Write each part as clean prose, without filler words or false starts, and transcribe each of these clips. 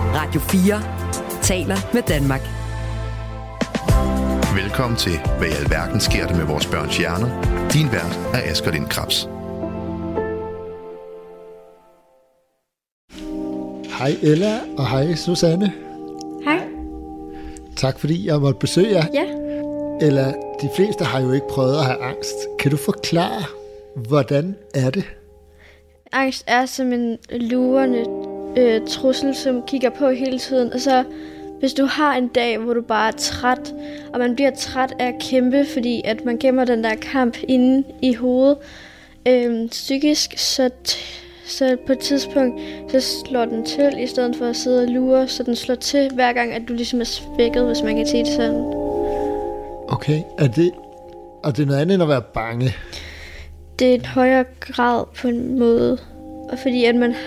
Radio 4 taler med Danmark. Velkommen til Hvad i alverden sker der med vores børns hjerner? Din vært er Asger Lind Krabs. Hej Ella, og hej Susanne. Hej. Tak fordi jeg måtte besøge jer. Ja. Ella, de fleste har jo ikke prøvet at have angst. Kan du forklare, hvordan er det? Angst er som en lurende trussel, som kigger på hele tiden. Og så hvis du har en dag, hvor du bare er træt, og man bliver træt af at kæmpe, fordi at man gemmer den der kamp inde i hovedet psykisk, så på et tidspunkt, så slår den til, i stedet for at sidde og lure, så den slår til hver gang, at du ligesom er svækket, hvis man kan sige det sådan. Okay, og det er noget andet end at være bange? Det er en højere grad på en måde, og fordi at man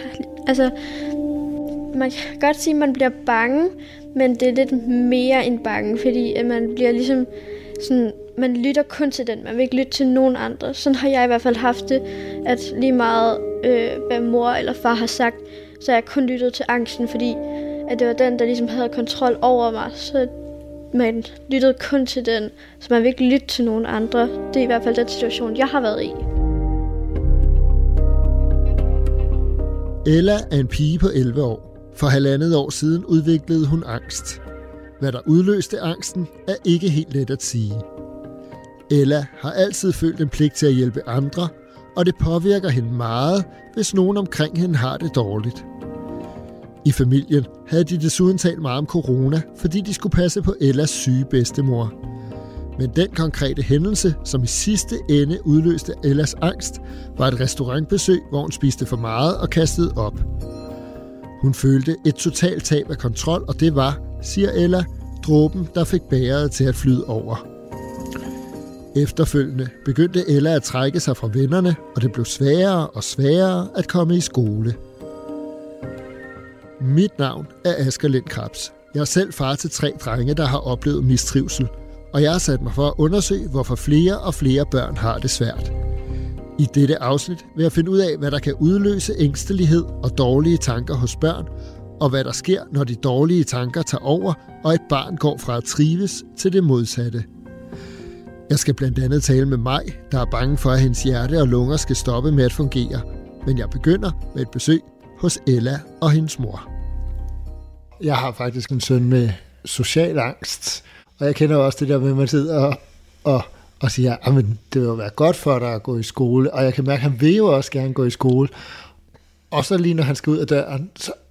kan godt sige, at man bliver bange, men det er lidt mere end bange, fordi at man bliver ligesom sådan, man lytter kun til den, man vil ikke lytte til nogen andre. Sådan har jeg i hvert fald haft det, at lige meget hvad mor eller far har sagt, så har jeg kun lyttet til angsten, fordi at det var den, der ligesom havde kontrol over mig. Så man lyttede kun til den, så man vil ikke lytte til nogen andre. Det er i hvert fald den situation, jeg har været i. Ella er en pige på 11 år. For 1,5 år siden udviklede hun angst. Hvad der udløste angsten, er ikke helt let at sige. Ella har altid følt en pligt til at hjælpe andre, og det påvirker hende meget, hvis nogen omkring hende har det dårligt. I familien havde de desuden talt meget om corona, fordi de skulle passe på Ellas syge bedstemor. Men den konkrete hændelse, som i sidste ende udløste Ellas angst, var et restaurantbesøg, hvor hun spiste for meget og kastede op. Hun følte et totalt tab af kontrol, og det var, siger Ella, dråben, der fik bægeret til at flyde over. Efterfølgende begyndte Ella at trække sig fra vennerne, og det blev sværere og sværere at komme i skole. Mit navn er Asger Lind Krabs. Jeg er selv far til 3 drenge, der har oplevet mistrivsel, og jeg har sat mig for at undersøge, hvorfor flere og flere børn har det svært. I dette afsnit vil jeg finde ud af, hvad der kan udløse ængstelighed og dårlige tanker hos børn, og hvad der sker, når de dårlige tanker tager over, og et barn går fra at trives til det modsatte. Jeg skal blandt andet tale med Maj, der er bange for, at hendes hjerte og lunger skal stoppe med at fungere. Men jeg begynder med et besøg hos Ella og hendes mor. Jeg har faktisk en søn med social angst, og jeg kender også det der med, at man sidder og siger, at det vil være godt for dig at gå i skole, og jeg kan mærke, at han vil jo også gerne gå i skole. Og så lige når han skal ud af døren,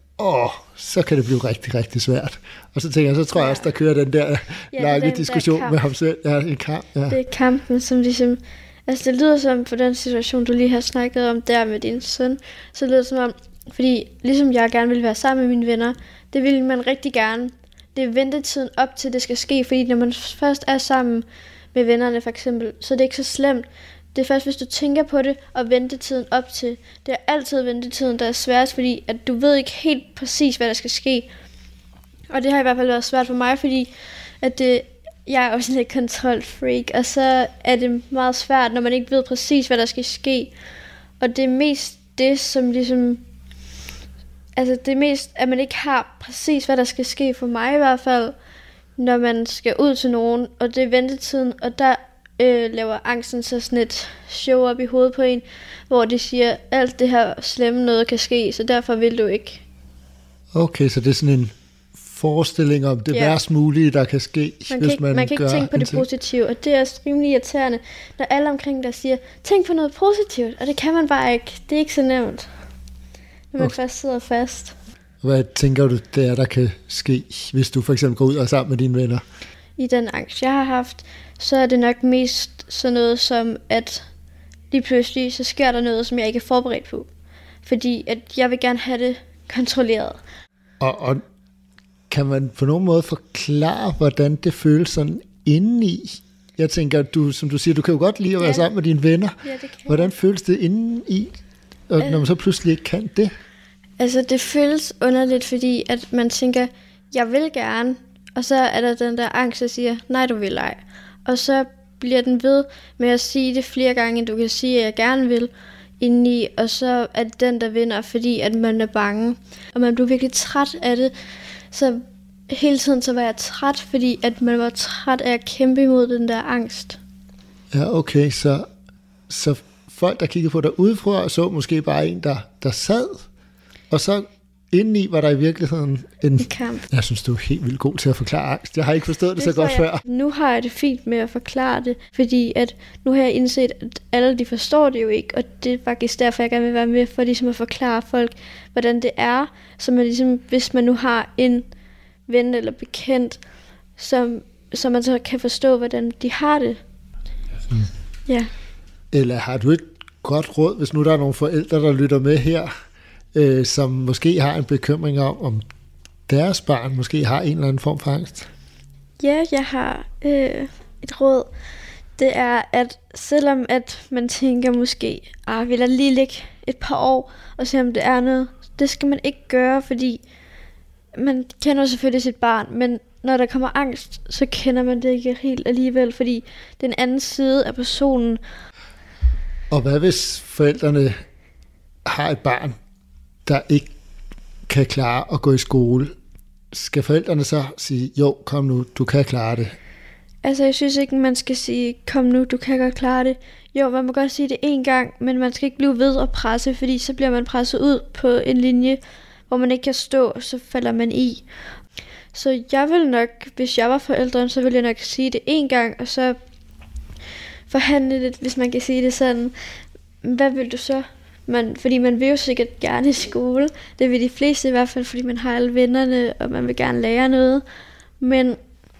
så kan det blive rigtig, rigtig svært. Og så tænker jeg, så tror jeg også, der kører den der lange diskussion med ham selv. Ja, en kamp. Ja. Det er kampen, som ligesom... Altså det lyder som, for den situation, du lige har snakket om der med din søn, så lyder det som om, fordi ligesom jeg gerne vil være sammen med mine venner, det vil man rigtig gerne. Det er ventetiden op til, det skal ske, fordi når man først er sammen med vennerne for eksempel, så er det ikke så slemt. Det er først, hvis du tænker på det, og ventetiden op til. Det er altid ventetiden, der er sværest, fordi at du ved ikke helt præcis, hvad der skal ske. Og det har i hvert fald været svært for mig, fordi at jeg er også lidt kontrolfreak, og så er det meget svært, når man ikke ved præcis, hvad der skal ske. Og det er mest det, som ligesom... Altså det er mest, at man ikke har præcis, hvad der skal ske for mig i hvert fald, når man skal ud til nogen, og det er ventetiden, og der laver angsten så sådan et show op i hovedet på en, hvor de siger, alt det her slemme noget kan ske, så derfor vil du ikke. Okay, så det er sådan en forestilling om det værst mulige, der kan ske, hvis man kan ikke tænke på det positive, og det er også rimelig irriterende, når alle omkring der siger, tænk på noget positivt, og det kan man bare ikke. Det er ikke så nemt, når man først sidder fast. Hvad tænker du, der kan ske, hvis du for eksempel går ud og er sammen med dine venner? I den angst, jeg har haft, så er det nok mest sådan noget som, at lige pludselig, så sker der noget, som jeg ikke er forberedt på. Fordi at jeg vil gerne have det kontrolleret. Og kan man på nogen måde forklare, hvordan det føles sådan indeni? Jeg tænker, som du siger, du kan jo godt lide at være sammen med dine venner. Ja, det kan. Hvordan føles det indeni, når man så pludselig ikke kan det? Altså, det føles underligt, fordi at man tænker, jeg vil gerne, og så er der den der angst, der siger, nej, du vil ej. Og så bliver den ved med at sige det flere gange, end du kan sige, at jeg gerne vil. indeni, og så er det den, der vinder, fordi at man er bange. Og man blev virkelig træt af det. Så hele tiden så var jeg træt, fordi at man var træt af at kæmpe imod den der angst. Ja, okay, så folk, der kiggede på dig udefra, så måske bare en, der sad, og så indeni var der i virkeligheden en kamp. Jeg synes, du er helt vildt god til at forklare angst. Jeg har ikke forstået det så godt før. Nu har jeg det fint med at forklare det, fordi at nu har jeg indset, at alle de forstår det jo ikke, og det er faktisk derfor, jeg gerne vil være med, for ligesom at forklare folk, hvordan det er, så man ligesom, hvis man nu har en ven eller bekendt, så man så kan forstå, hvordan de har det. Ja. Eller har du et godt råd, hvis nu der er nogle forældre, der lytter med her, som måske har en bekymring om deres barn måske har en eller anden form for angst? Ja, jeg har et råd. Det er, at selvom at man tænker måske, vi lader lige ligge et par år og se om det er noget, det skal man ikke gøre, fordi man kender selvfølgelig sit barn, men når der kommer angst, så kender man det ikke helt alligevel, fordi det er en anden side af personen. Og hvad hvis forældrene har et barn, der ikke kan klare at gå i skole? Skal forældrene så sige, jo, kom nu, du kan klare det? Altså, jeg synes ikke, man skal sige, kom nu, du kan godt klare det. Jo, man må godt sige det én gang, men man skal ikke blive ved at presse, fordi så bliver man presset ud på en linje, hvor man ikke kan stå, så falder man i. Så jeg vil nok, hvis jeg var forældren, så ville jeg nok sige det én gang, og så forhandle det, hvis man kan sige det sådan. Hvad vil du så? Fordi man vil jo sikkert gerne i skole. Det vil de fleste i hvert fald, fordi man har alle vennerne, og man vil gerne lære noget. Men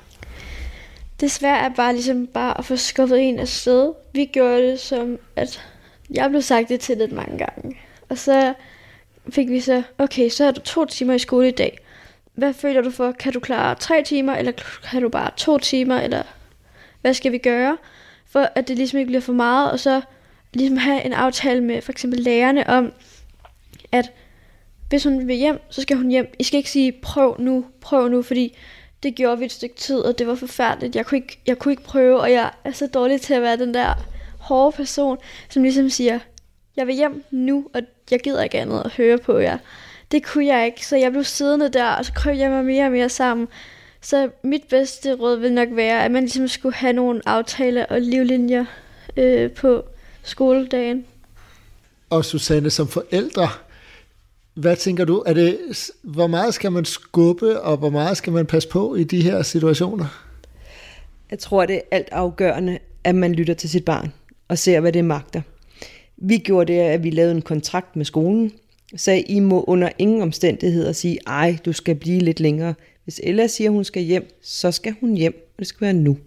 det svære er bare at få skubbet en afsted. Vi gjorde det som, at jeg blev sagt det til lidt mange gange. Og så fik vi så, okay, så er du 2 timer i skole i dag. Hvad føler du for? Kan du klare 3 timer, eller kan du bare 2 timer, eller hvad skal vi gøre? For at det ligesom ikke bliver for meget, og så ligesom have en aftale med for eksempel lærerne om, at hvis hun vil hjem, så skal hun hjem. I skal ikke sige, prøv nu, fordi det gjorde vi et stykke tid, og det var forfærdeligt. Jeg kunne ikke prøve, og jeg er så dårlig til at være den der hårde person, som ligesom siger, jeg vil hjem nu, og jeg gider ikke andet at høre på jer. Det kunne jeg ikke, så jeg blev siddende der, og så krøb jeg mig mere og mere sammen. Så mit bedste råd vil nok være, at man ligesom skulle have nogle aftaler og livlinjer på skoledagen. Og Susanne, som forældre, hvad tænker du? Hvor meget skal man skubbe, og hvor meget skal man passe på i de her situationer? Jeg tror, det er alt afgørende, at man lytter til sit barn og ser, hvad det magter. Vi gjorde det, at vi lavede en kontrakt med skolen, sagde, I må under ingen omstændigheder sige, ej, du skal blive lidt længere. Hvis Ella siger, hun skal hjem, så skal hun hjem, og det skal være nu.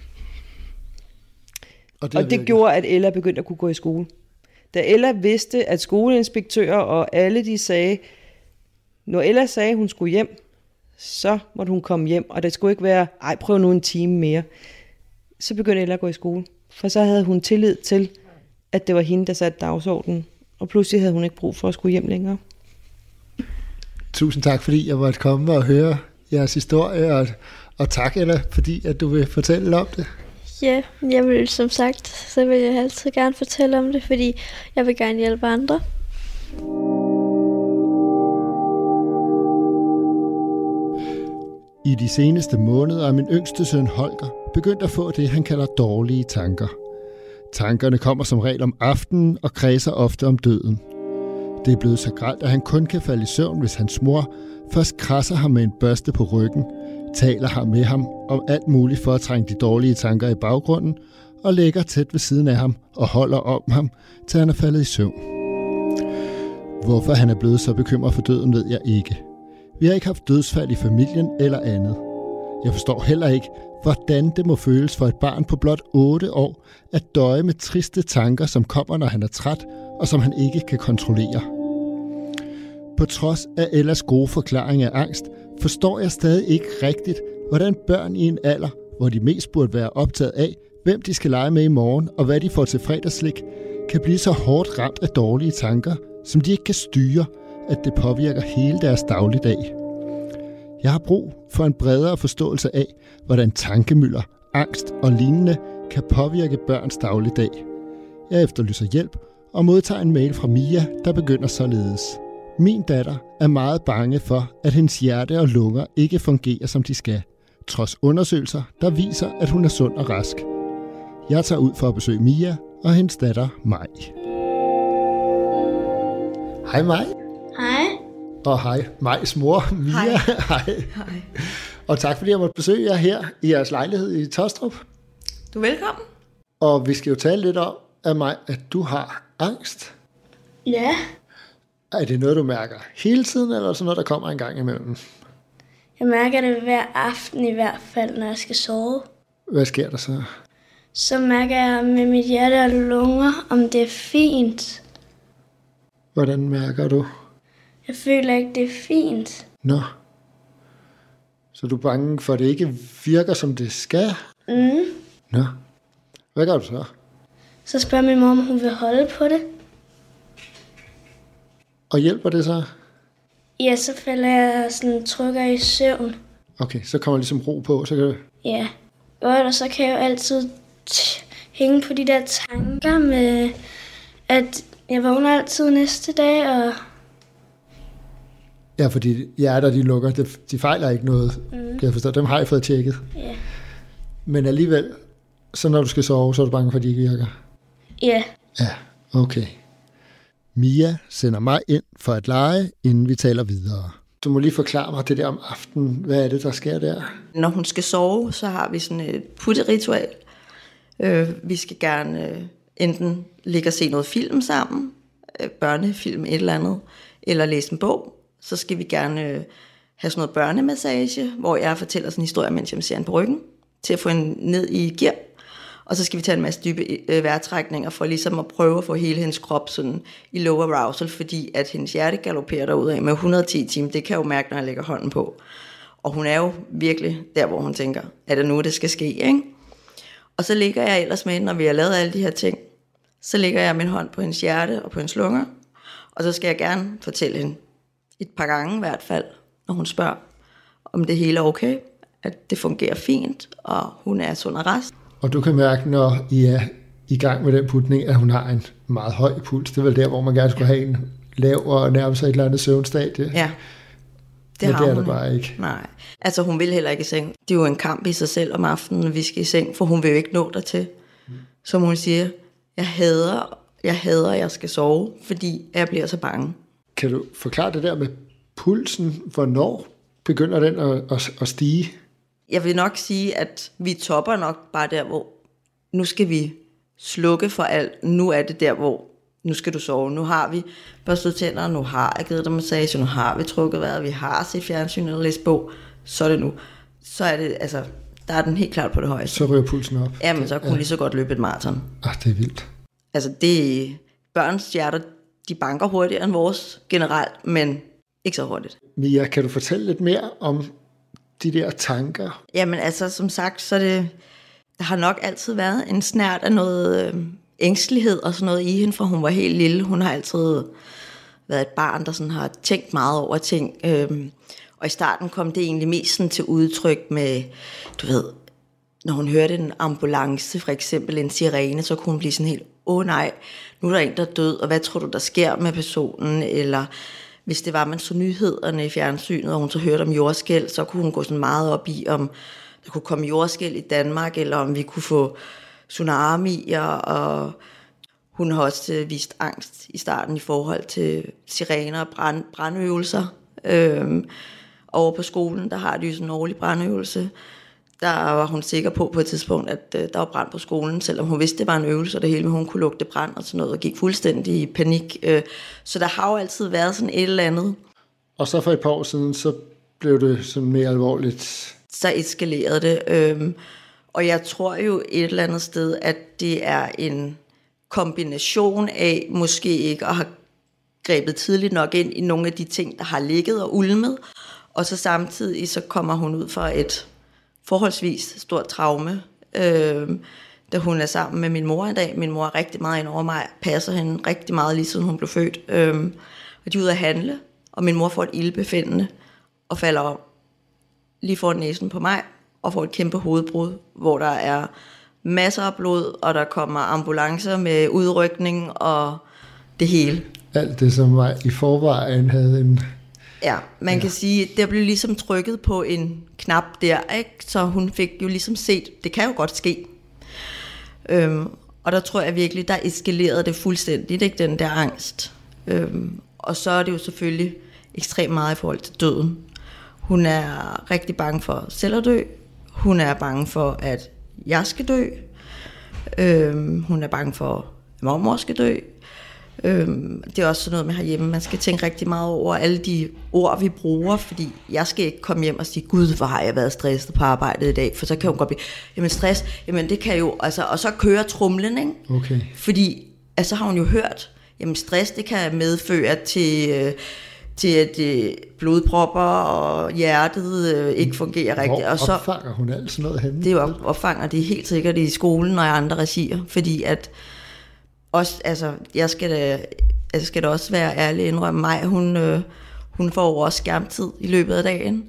Og det gjorde, at Ella begyndte at kunne gå i skole. Da Ella vidste, at skoleinspektører og alle de sagde, når Ella sagde, at hun skulle hjem, så måtte hun komme hjem, og det skulle ikke være, ej, prøv nu en time mere. Så begyndte Ella at gå i skole, for så havde hun tillid til, at det var hende, der satte dagsordenen, og pludselig havde hun ikke brug for at skulle hjem længere. Tusind tak, fordi jeg måtte komme og høre jeres historie, og tak, Ella, fordi at du vil fortælle om det. Ja, jeg vil som sagt, så vil jeg altid gerne fortælle om det, fordi jeg vil gerne hjælpe andre. I de seneste måneder er min yngste søn Holger begyndt at få det, han kalder dårlige tanker. Tankerne kommer som regel om aftenen og kredser ofte om døden. Det er blevet så grelt, at han kun kan falde i søvn, hvis hans mor først krasser ham med en børste på ryggen, taler ham med ham om alt muligt for at trænge de dårlige tanker i baggrunden, og ligger tæt ved siden af ham og holder om ham, til han er faldet i søvn. Hvorfor han er blevet så bekymret for døden, ved jeg ikke. Vi har ikke haft dødsfald i familien eller andet. Jeg forstår heller ikke, hvordan det må føles for et barn på blot 8 år at døje med triste tanker, som kommer, når han er træt, og som han ikke kan kontrollere. På trods af Ellas gode forklaring af angst, forstår jeg stadig ikke rigtigt, hvordan børn i en alder, hvor de mest burde være optaget af, hvem de skal lege med i morgen, og hvad de får til fredagsslik, kan blive så hårdt ramt af dårlige tanker, som de ikke kan styre, at det påvirker hele deres dagligdag. Jeg har brug for en bredere forståelse af, hvordan tankemylder, angst og lignende kan påvirke børns dagligdag. Jeg efterlyser hjælp og modtager en mail fra Mia, der begynder således. Min datter er meget bange for, at hendes hjerte og lunger ikke fungerer, som de skal, trods undersøgelser, der viser, at hun er sund og rask. Jeg tager ud for at besøge Mia og hendes datter Maj. Hej Maj. Hej. Og hej Majs mor, Mia. Hej. Og tak fordi jeg måtte besøge jer her i jeres lejlighed i Taastrup. Du er velkommen. Og vi skal jo tale lidt om, at du har angst. Ja. Er det noget, du mærker hele tiden, eller er det sådan noget, der kommer en gang imellem? Jeg mærker det hver aften i hvert fald, når jeg skal sove. Hvad sker der så? Så mærker jeg med mit hjerte og lunger, om det er fint. Hvordan mærker du? Jeg føler ikke, det er fint. Nå. Så du er bange for, at det ikke virker, som det skal? Nå. Hvad gør du så? Så spørger min mor, om hun vil holde på det. Og hjælper det så? Ja, så falder jeg sådan trykker i søvn. Okay, så kommer ligesom ro på, så kan du... Ja. Og så kan jeg jo altid hænge på de der tanker med, at jeg vågner altid næste dag, og... Ja, fordi hjerter, de lukker, de fejler ikke noget, kan jeg forstå. Dem har jeg fået tjekket. Ja. Men alligevel, så når du skal sove, så er du bange for, at de ikke virker? Ja. Ja, okay. Mia sender mig ind for at lege, inden vi taler videre. Du må lige forklare mig det der om aftenen. Hvad er det, der sker der? Når hun skal sove, så har vi sådan et putteritual. Vi skal gerne enten ligge og se noget film sammen, børnefilm et eller andet, eller læse en bog. Så skal vi gerne have sådan noget børnemassage, hvor jeg fortæller sådan en historie, mens jeg ser en på ryggen, til at få en ned i gear. Og så skal vi tage en masse dybe vejrtrækninger for ligesom at prøve at få hele hendes krop sådan i low arousal, fordi at hendes hjerte galopperer derudad med 110 timer. Det kan jeg jo mærke, når jeg lægger hånden på. Og hun er jo virkelig der, hvor hun tænker, er det nu, det skal ske, ikke? Og så ligger jeg ellers med, når vi har lavet alle de her ting, så lægger jeg min hånd på hendes hjerte og på hendes lunger, og så skal jeg gerne fortælle hende et par gange i hvert fald, når hun spørger, om det hele er okay, at det fungerer fint, og hun er sund og rask. Og du kan mærke, når I er i gang med den putning, at hun har en meget høj puls. Det er vel der, hvor man gerne skulle have en lav og nærme sig et eller andet søvnstadie. Ja, det har hun. Det bare ikke. Nej, altså hun vil heller ikke i seng. Det er jo en kamp i sig selv om aftenen, når vi skal i seng, for hun vil jo ikke nå dertil. Som hun siger, jeg hader, at jeg skal sove, fordi jeg bliver så bange. Kan du forklare det der med pulsen? Hvornår begynder den at stige? Jeg vil nok sige, at vi topper nok bare der, hvor nu skal vi slukke for alt. Nu er det der, hvor nu skal du sove. Nu har vi børstet tænder, nu har jeg givet dig massage, nu har vi trukket vejret, vi har set fjernsyn eller læst bog. Så er det nu. Så er det, altså, der er den helt klart på det højeste. Så ryger pulsen op. Jamen, så kunne hun lige så godt løbe et maraton. Det er vildt. Altså, børns hjerter, de banker hurtigere end vores generelt, men ikke så hurtigt. Mia, kan du fortælle lidt mere om de der tanker? Jamen altså, som sagt, så der har nok altid været en snert af noget ængstelighed og sådan noget i hende, fra hun var helt lille. Hun har altid været et barn, der sådan har tænkt meget over ting. Og i starten kom det egentlig mest sådan til udtryk med, du ved, når hun hørte en ambulance, for eksempel en sirene, så kunne hun blive sådan helt, nej, nu er der en, der er død, og hvad tror du, der sker med personen? Eller hvis det var, man så nyhederne i fjernsynet, og hun så hørte om jordskælv, så kunne hun gå sådan meget op i, om der kunne komme jordskælv i Danmark, eller om vi kunne få tsunamier, og hun har også vist angst i starten i forhold til sirener og brandøvelser. Over på skolen, der har de jo sådan en årlig brandøvelse. Der var hun sikker på et tidspunkt, at der var brand på skolen, selvom hun vidste, det var en øvelse, og det hele med, hun kunne lugte brand og sådan noget, og gik fuldstændig i panik. Så der har jo altid været sådan et eller andet. Og så for et par år siden, så blev det sådan mere alvorligt. Så eskalerede det. Og jeg tror jo et eller andet sted, at det er en kombination af måske ikke at have grebet tidligt nok ind i nogle af de ting, der har ligget og ulmet, og så samtidig så kommer hun ud fra et forholdsvis stort traume, da hun er sammen med min mor en dag. Min mor er rigtig meget ind over mig, passer hende rigtig meget lige siden hun blev født. Og de er ude at handle, og min mor får et ildbefindende og falder om lige foran næsen på mig, og får et kæmpe hovedbrud, hvor der er masser af blod, og der kommer ambulancer med udrykning, og det hele. Alt det, som var i forvejen havde en... Ja, man kan sige, der blev ligesom trykket på en knap der, ikke? Så hun fik jo ligesom set, det kan jo godt ske. Og der tror jeg virkelig, der eskalerede det fuldstændigt, ikke, den der angst. Og så er det jo selvfølgelig ekstremt meget i forhold til døden. Hun er rigtig bange for selv at dø. Hun er bange for, at jeg skal dø. Hun er bange for, at mormor skal dø. Det er også sådan noget med herhjemme. Man skal tænke rigtig meget over alle de ord, vi bruger, fordi jeg skal ikke komme hjem og sige, gud, hvor har jeg været stresset på arbejdet i dag, for så kan hun godt blive, jamen stress, jamen det kan jo, altså, og så kører trumlen, ikke? Okay. Fordi, altså har hun jo hørt, jamen stress, det kan medføre til at blodpropper og hjertet ikke fungerer rigtigt. Og så opfanger hun alt sådan noget henne? Det opfanger de helt sikkert i skolen og i andre regier, fordi at også, altså, jeg skal da også være ærlig indrømme mig, hun får jo også skærmtid i løbet af dagen.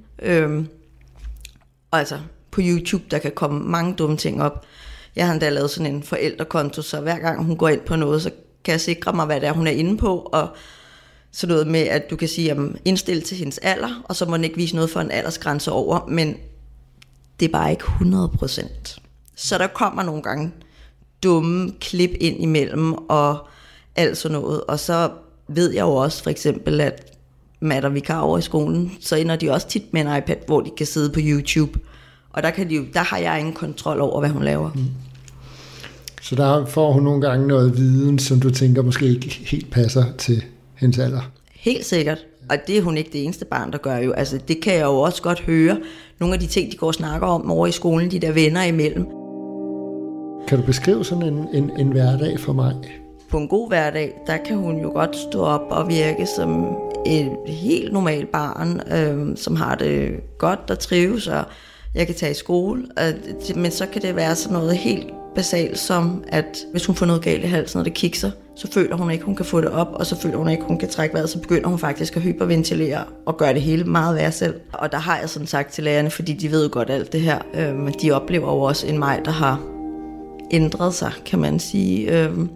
Og altså, på YouTube, der kan komme mange dumme ting op. Jeg har endda lavet sådan en forældrekonto, så hver gang hun går ind på noget, så kan jeg sikre mig, hvad det er, hun er inde på, og så noget med, at du kan sige, jamen, indstil til hendes alder, og så må den ikke vise noget for en aldersgrænse over, men det er bare ikke 100%. Så der kommer nogle gange dumme klip ind imellem, og alt sådan noget. Og så ved jeg jo også for eksempel, at Matt og vikar over i skolen, så ender de også tit med en iPad, hvor de kan sidde på YouTube. Og der har jeg ingen kontrol over, hvad hun laver. Mm. Så der får hun nogle gange noget viden, som du tænker måske ikke helt passer til hendes alder? Helt sikkert. Og det er hun ikke det eneste barn, der gør jo. Altså, det kan jeg jo også godt høre. Nogle af de ting, de går og snakker om over i skolen, de der venner imellem. Kan du beskrive sådan en hverdag for mig? På en god hverdag, der kan hun jo godt stå op og virke som et helt normalt barn, som har det godt og trives, og jeg kan tage i skole. Men så kan det være sådan noget helt basalt som, at hvis hun får noget galt i halsen, og det kikser, så føler hun ikke, hun kan få det op, og så føler hun ikke, hun kan trække vejret, så begynder hun faktisk at hyperventilere og gøre det hele meget værre selv. Og der har jeg sådan sagt til lærerne, fordi de ved godt alt det her, men de oplever jo også en mig, der har ændret sig, kan man sige.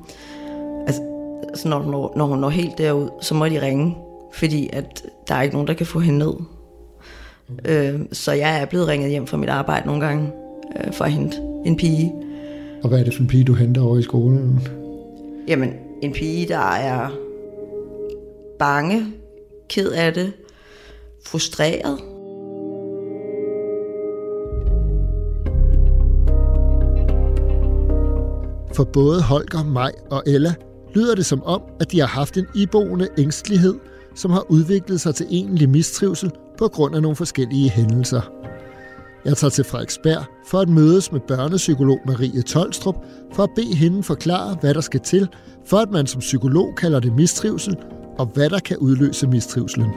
Altså når hun når helt derud, så må de ringe, fordi at der er ikke nogen, der kan få hende ned. Så jeg er blevet ringet hjem fra mit arbejde nogle gange for at hente en pige. Og hvad er det for en pige, du henter over i skolen? Jamen, en pige, der er bange, ked af det, frustreret. For både Holger, mig og Ella lyder det som om, at de har haft en iboende ængstelighed, som har udviklet sig til egentlig mistrivsel på grund af nogle forskellige hændelser. Jeg tager til Frederiksberg for at mødes med børnepsykolog Marie Tolstrup for at bede hende forklare, hvad der skal til, for at man som psykolog kalder det mistrivsel, og hvad der kan udløse mistrivselen.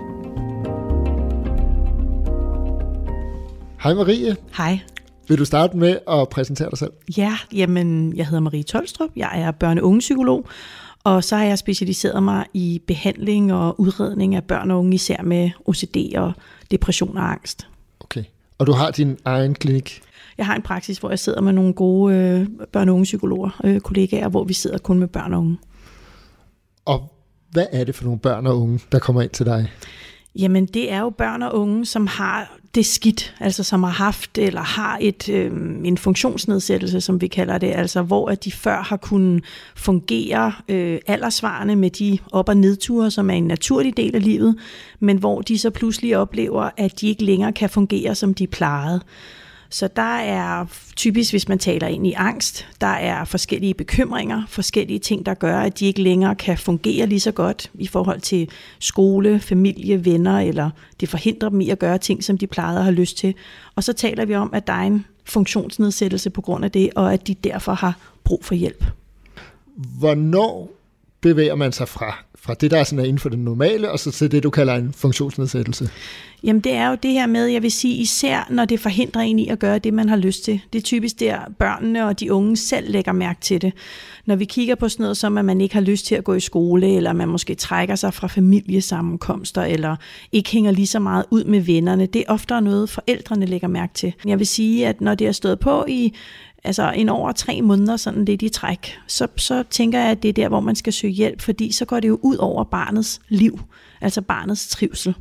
Hej Marie. Hej. Vil du starte med at præsentere dig selv? Ja, jamen, jeg hedder Marie Tolstrup. Jeg er børne-unge-psykolog, og så har jeg specialiseret mig i behandling og udredning af børn og unge, især med OCD og depression og angst. Okay. Og du har din egen klinik? Jeg har en praksis, hvor jeg sidder med nogle gode børne- og unge-psykologer, kollegaer, hvor vi sidder kun med børn og unge. Og hvad er det for nogle børn og unge, der kommer ind til dig? Jamen, det er jo børn og unge, som har det skidt, altså som har haft eller har en funktionsnedsættelse, som vi kalder det, altså hvor at de før har kunnet fungere alderssvarende med de op- og nedture, som er en naturlig del af livet, men hvor de så pludselig oplever, at de ikke længere kan fungere, som de plejede. Så der er typisk, hvis man taler ind i angst, der er forskellige bekymringer, forskellige ting, der gør, at de ikke længere kan fungere lige så godt i forhold til skole, familie, venner, eller det forhindrer dem i at gøre ting, som de plejede at have lyst til. Og så taler vi om, at der er en funktionsnedsættelse på grund af det, og at de derfor har brug for hjælp. Hvornår bevæger man sig fra fra det, der er sådan inden for det normale, og så til det, du kalder en funktionsnedsættelse? Jamen det er jo det her med, jeg vil sige, især når det forhindrer en i at gøre det, man har lyst til. Det er typisk der, børnene og de unge selv lægger mærke til det. Når vi kigger på sådan noget som, at man ikke har lyst til at gå i skole, eller man måske trækker sig fra familiesammenkomster, eller ikke hænger lige så meget ud med vennerne, det er oftere noget, forældrene lægger mærke til. Jeg vil sige, at når det er stået på i en over 3 måneder, sådan lidt i træk, så tænker jeg, at det er der, hvor man skal søge hjælp, fordi så går det jo ud over barnets liv, altså barnets trivsel.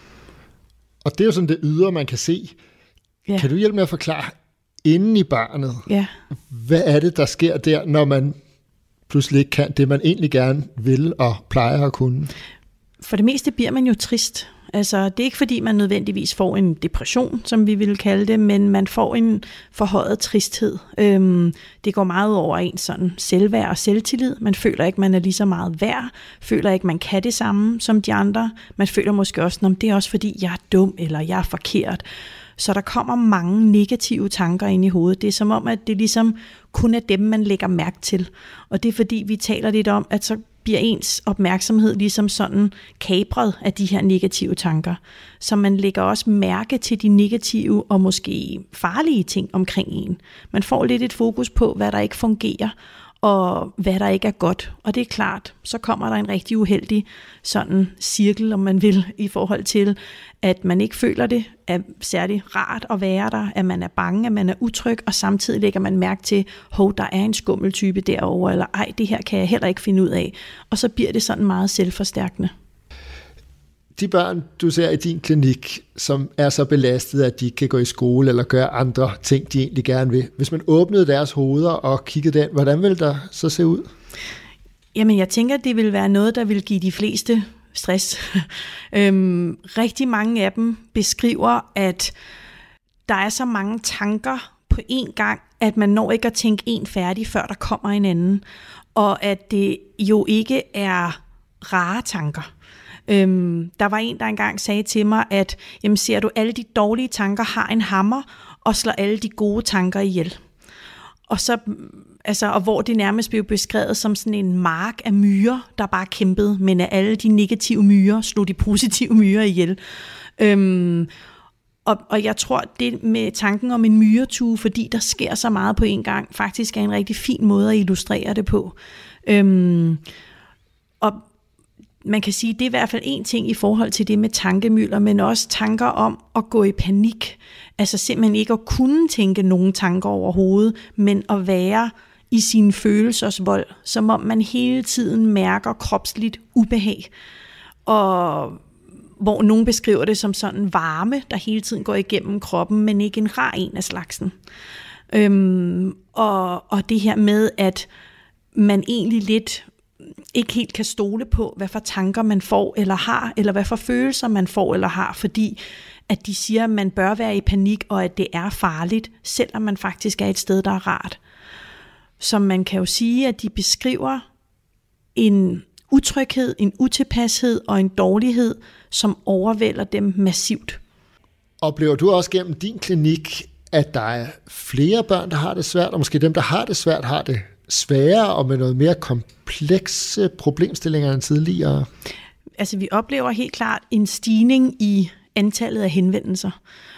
Og det er jo sådan det ydre, man kan se. Ja. Kan du hjælpe med at forklare inden i barnet, hvad er det, der sker der, når man pludselig ikke kan det, man egentlig gerne vil og plejer at kunne? For det meste bliver man jo trist. Altså, det er ikke fordi, man nødvendigvis får en depression, som vi ville kalde det, men man får en forhøjet tristhed. Det går meget over en sådan selvværd og selvtillid. Man føler ikke, man er lige så meget værd. Føler ikke, man kan det samme som de andre. Man føler måske også, at det er også fordi, jeg er dum eller jeg er forkert. Så der kommer mange negative tanker ind i hovedet. Det er som om, at det ligesom kun er dem, man lægger mærke til. Og det er fordi, vi taler lidt om, at så bliver ens opmærksomhed ligesom sådan kapret af de her negative tanker. Så man lægger også mærke til de negative og måske farlige ting omkring en. Man får lidt et fokus på, hvad der ikke fungerer, og hvad der ikke er godt. Og det er klart, så kommer der en rigtig uheldig sådan cirkel, om man vil, i forhold til, at man ikke føler det er særlig rart at være der, at man er bange, at man er utryg, og samtidig lægger man mærke til, der er en skummeltype derovre, eller ej, det her kan jeg heller ikke finde ud af. Og så bliver det sådan meget selvforstærkende. De børn, du ser i din klinik, som er så belastet, at de ikke kan gå i skole eller gøre andre ting, de egentlig gerne vil. Hvis man åbnede deres hoveder og kiggede den, hvordan ville der så se ud? Jamen, jeg tænker, at det vil være noget, der vil give de fleste stress. Rigtig mange af dem beskriver, at der er så mange tanker på én gang, at man når ikke at tænke en færdig, før der kommer en anden. Og at det jo ikke er rare tanker. Der var en, der engang sagde til mig, at jamen, ser du, alle de dårlige tanker har en hammer, og slår alle de gode tanker ihjel. Og så, og hvor det nærmest blev beskrevet som sådan en mark af myrer, der bare kæmpede, men at alle de negative myrer slog de positive myrer ihjel. Og jeg tror, det med tanken om en myretue, fordi der sker så meget på en gang, faktisk er en rigtig fin måde at illustrere det på. Og man kan sige, det er i hvert fald en ting i forhold til det med tankemylder, men også tanker om at gå i panik. Altså simpelthen ikke at kunne tænke nogen tanker overhovedet, men at være i sin følelsesvold, som om man hele tiden mærker kropsligt ubehag. Og hvor nogen beskriver det som sådan varme, der hele tiden går igennem kroppen, men ikke en rar en af slagsen. Og det her med, at man egentlig lidt ikke helt kan stole på, hvad for tanker man får eller har, eller hvad for følelser man får eller har, fordi at de siger, at man bør være i panik, og at det er farligt, selvom man faktisk er et sted, der er rart. Så man kan jo sige, at de beskriver en utryghed, en utilpashed og en dårlighed, som overvælder dem massivt. Oplever du også gennem din klinik, at der er flere børn, der har det svært, og måske dem, der har det svært, har det sværere og med noget mere komplekse problemstillinger end tidligere? Altså, vi oplever helt klart en stigning i antallet af henvendelser.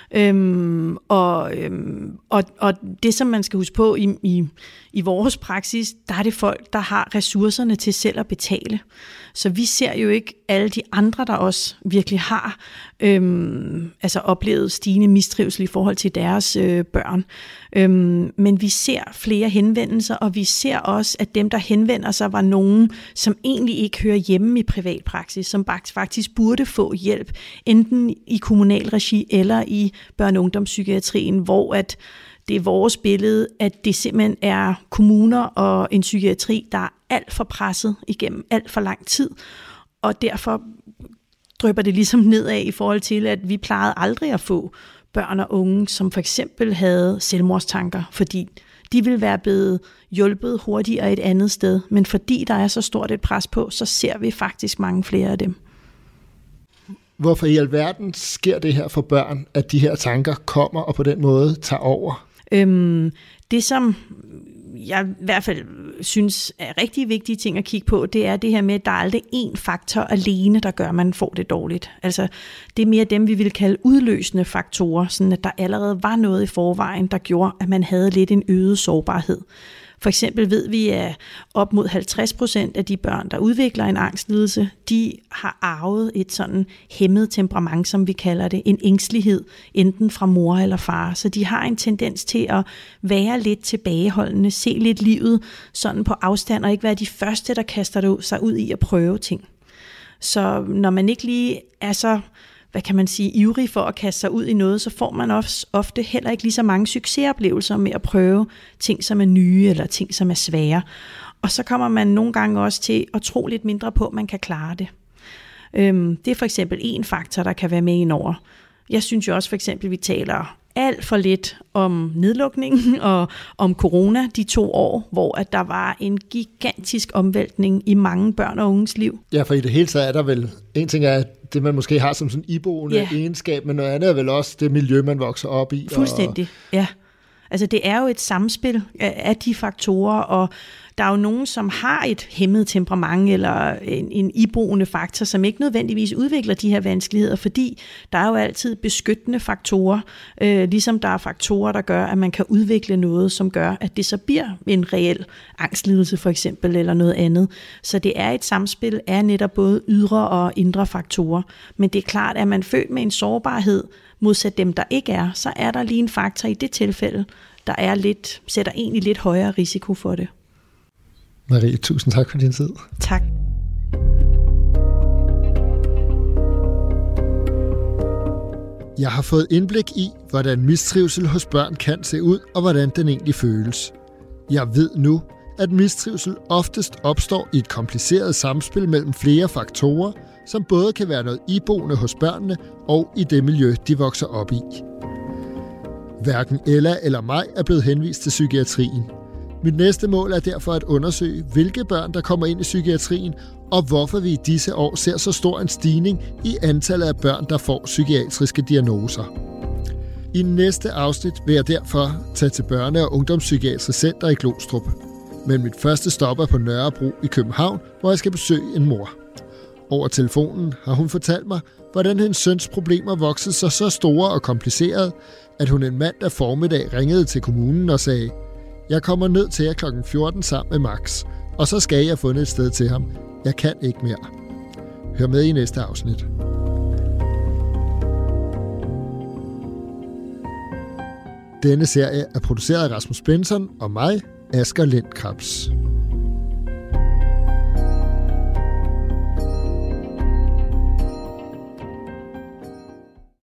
Og det, som man skal huske på i vores praksis, der er det folk, der har ressourcerne til selv at betale. Så vi ser jo ikke alle de andre, der også virkelig har oplevet stigende mistrivsel i forhold til deres børn. Men vi ser flere henvendelser, og vi ser også, at dem, der henvender sig, var nogen, som egentlig ikke hører hjemme i privatpraksis, som faktisk burde få hjælp, enten i kommunal regi eller i børne- og ungdomspsykiatrien, hvor at det er vores billede, at det simpelthen er kommuner og en psykiatri, der er alt for presset igennem alt for lang tid, og derfor drypper det ligesom nedad i forhold til, at vi plejede aldrig at få børn og unge, som for eksempel havde selvmordstanker, fordi de ville være blevet hjulpet hurtigere et andet sted, men fordi der er så stort et pres på, så ser vi faktisk mange flere af dem. Hvorfor i alverden sker det her for børn, at de her tanker kommer og på den måde tager over? Det som jeg i hvert fald synes er rigtig vigtige ting at kigge på, det er det her med, at der er aldrig én faktor alene, der gør, at man får det dårligt. Altså, det er mere dem, vi vil kalde udløsende faktorer, sådan at der allerede var noget i forvejen, der gjorde, at man havde lidt en øget sårbarhed. For eksempel ved vi, at op mod 50% af de børn, der udvikler en angstlidelse, de har arvet et sådan hæmmet temperament, som vi kalder det, en ængstelighed, enten fra mor eller far. Så de har en tendens til at være lidt tilbageholdende, se lidt livet sådan på afstand, og ikke være de første, der kaster sig ud i at prøve ting. Så når man ikke lige er så, hvad kan man sige, ivrig for at kaste sig ud i noget, så får man ofte heller ikke lige så mange succesoplevelser med at prøve ting, som er nye, eller ting, som er svære. Og så kommer man nogle gange også til at tro lidt mindre på, at man kan klare det. Det er for eksempel en faktor, der kan være med indover. Jeg synes jo også for eksempel, vi taler alt for lidt om nedlukningen og om corona de 2 år, hvor at der var en gigantisk omvæltning i mange børn og unges liv. Ja, for i det hele taget er der vel, en ting er det, man måske har som sådan iboende egenskab, men noget andet er vel også det miljø, man vokser op i. Fuldstændig, ja. Altså det er jo et samspil af de faktorer, og der er jo nogen, som har et hæmmet temperament eller en iboende faktor, som ikke nødvendigvis udvikler de her vanskeligheder, fordi der er jo altid beskyttende faktorer, ligesom der er faktorer, der gør, at man kan udvikle noget, som gør, at det så bliver en reel angstlidelse for eksempel, eller noget andet. Så det er et samspil af netop både ydre og indre faktorer. Men det er klart, at man født med en sårbarhed, modsat dem, der ikke er, så er der lige en faktor i det tilfælde, der er sætter egentlig lidt højere risiko for det. Marie, tusind tak for din tid. Tak. Jeg har fået indblik i, hvordan mistrivsel hos børn kan se ud, og hvordan den egentlig føles. Jeg ved nu, at mistrivsel oftest opstår i et kompliceret samspil mellem flere faktorer, som både kan være noget iboende hos børnene og i det miljø, de vokser op i. Hverken Ella eller mig er blevet henvist til psykiatrien. Mit næste mål er derfor at undersøge, hvilke børn, der kommer ind i psykiatrien, og hvorfor vi i disse år ser så stor en stigning i antallet af børn, der får psykiatriske diagnoser. I næste afsnit vil jeg derfor tage til Børne- og Ungdomspsykiatrisk Center i Glostrup. Men mit første stop er på Nørrebro i København, hvor jeg skal besøge en mor. Over telefonen har hun fortalt mig, hvordan hendes søns problemer voksede sig så store og komplicerede, at hun en mandag formiddag ringede til kommunen og sagde: "Jeg kommer ned til jer kl. 14 sammen med Max, og så skal jeg fundet et sted til ham. Jeg kan ikke mere." Hør med i næste afsnit. Denne serie er produceret af Rasmus Benson og mig, Asger Lind Krabs.